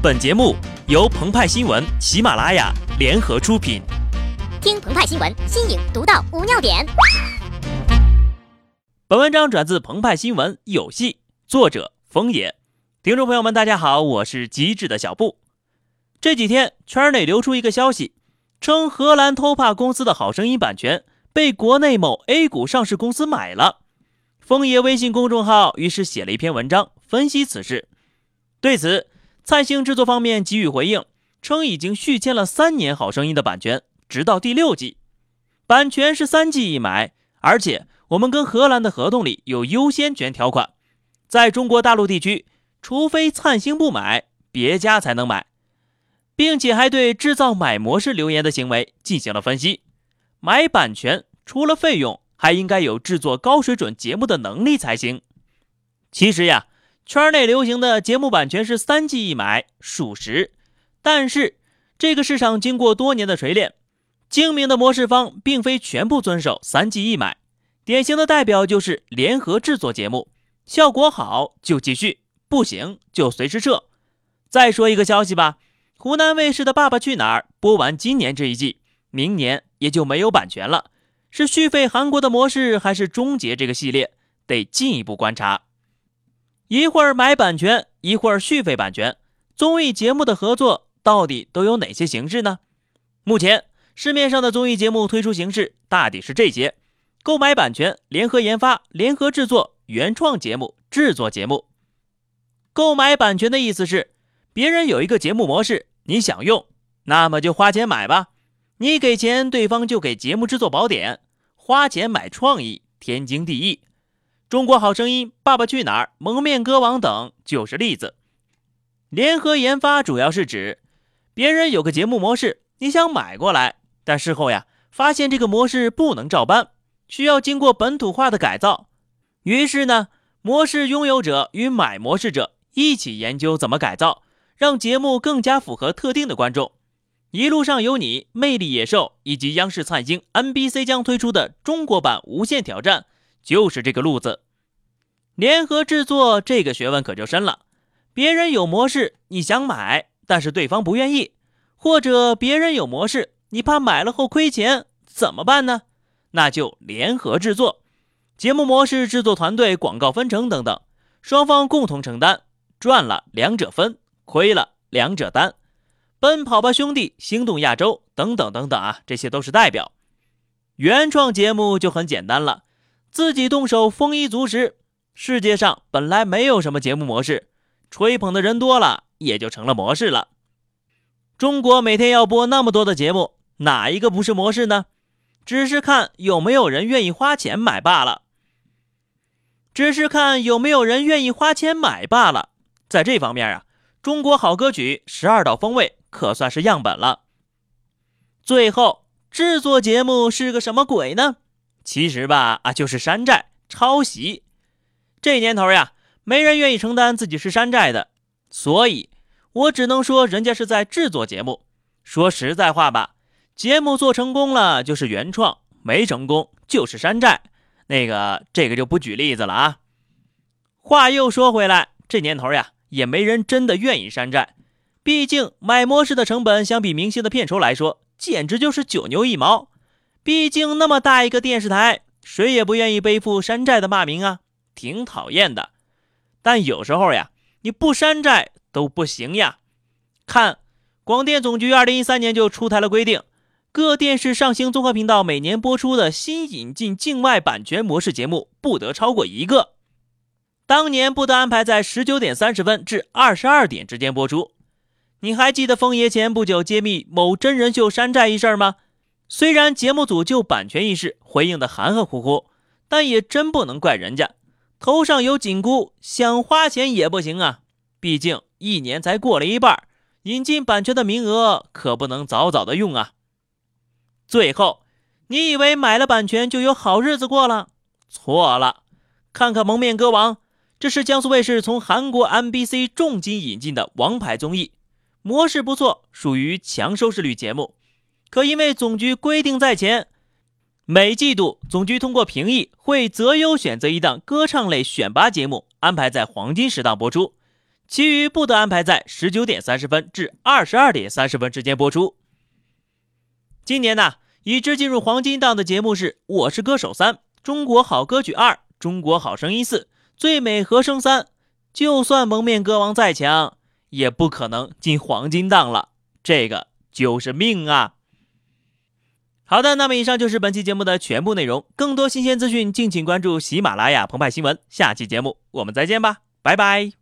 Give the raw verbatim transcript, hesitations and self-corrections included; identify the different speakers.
Speaker 1: 本节目由澎湃新闻、喜马拉雅联合出品。
Speaker 2: 听澎湃新闻，新颖独到，无尿点。
Speaker 1: 本文章转自澎湃新闻有戏，作者风野。听众朋友们，大家好，我是机智的小布。这几天圈内流出一个消息，称荷兰偷帕公司的好声音版权被国内某 A 股上市公司买了。风野微信公众号于是写了一篇文章分析此事。对此，灿星制作方面给予回应，称已经续签了三年好声音的版权，直到第六季。版权是三季一买，而且我们跟荷兰的合同里有优先权条款，在中国大陆地区，除非灿星不买，别家才能买，并且还对制造买模式留言的行为进行了分析。买版权除了费用，还应该有制作高水准节目的能力才行。其实呀，圈内流行的节目版权是三季一买，属实，但是这个市场经过多年的锤炼，精明的模式方并非全部遵守三季一买，典型的代表就是联合制作节目，效果好就继续，不行就随时撤。再说一个消息吧，湖南卫视的《爸爸去哪儿》播完今年这一季，明年也就没有版权了，是续费韩国的模式，还是终结这个系列，得进一步观察。一会儿买版权，一会儿续费版权，综艺节目的合作到底都有哪些形式呢？目前市面上的综艺节目推出形式大抵是这些：购买版权、联合研发、联合制作、原创节目、制作节目。购买版权的意思是，别人有一个节目模式，你想用，那么就花钱买吧。你给钱，对方就给节目制作宝典，花钱买创意，天经地义。中国好声音、爸爸去哪儿、蒙面歌王等就是例子。联合研发主要是指别人有个节目模式，你想买过来，但事后呀发现这个模式不能照搬，需要经过本土化的改造。于是呢，模式拥有者与买模式者一起研究怎么改造，让节目更加符合特定的观众。一路上有你、魅力野兽以及央视灿星 N B C 将推出的中国版无限挑战就是这个路子。联合制作这个学问可就深了，别人有模式你想买，但是对方不愿意，或者别人有模式你怕买了后亏钱，怎么办呢？那就联合制作，节目模式、制作团队、广告分成等等，双方共同承担，赚了两者分，亏了两者担。奔跑吧兄弟、星动亚洲等等等等啊，这些都是代表。原创节目就很简单了，自己动手丰衣足食。世界上本来没有什么节目模式，吹捧的人多了，也就成了模式了。中国每天要播那么多的节目，哪一个不是模式呢？只是看有没有人愿意花钱买罢了。只是看有没有人愿意花钱买罢了。在这方面啊，中国好歌曲十二道风味可算是样本了。最后，制作节目是个什么鬼呢？其实吧，啊，就是山寨、抄袭。这年头呀，没人愿意承担自己是山寨的，所以我只能说人家是在制作节目。说实在话吧，节目做成功了就是原创，没成功就是山寨。那个，这个就不举例子了啊。话又说回来，这年头呀，也没人真的愿意山寨。毕竟买模式的成本相比明星的片酬来说，简直就是九牛一毛。毕竟那么大一个电视台，谁也不愿意背负山寨的骂名啊，挺讨厌的。但有时候呀，你不山寨都不行呀。看，广电总局二零一三年就出台了规定，各电视上星综合频道每年播出的新引进境外版权模式节目不得超过一个，当年不得安排在十九点三十分至二十二点之间播出。你还记得风爷前不久揭秘某真人秀山寨一事吗？虽然节目组就版权一事回应的含含糊糊，但也真不能怪人家，头上有紧箍，想花钱也不行啊。毕竟一年才过了一半，引进版权的名额可不能早早的用啊。最后，你以为买了版权就有好日子过了？错了，看看蒙面歌王，这是江苏卫视从韩国 N B C 重金引进的王牌综艺，模式不错，属于强收视率节目。可因为总局规定在前，每季度总局通过评议会择优选择一档歌唱类选拔节目，安排在黄金时档播出， 其余不得安排在十九点三十分至二十二点三十分之间播出。今年呢，已知进入黄金档的节目是《我是歌手三》、《中国好歌曲二》、《中国好声音四》、《最美和声三》。就算蒙面歌王再强，也不可能进黄金档了，这个就是命啊。好的，那么以上就是本期节目的全部内容，更多新鲜资讯敬请关注喜马拉雅澎湃新闻，下期节目我们再见吧，拜拜。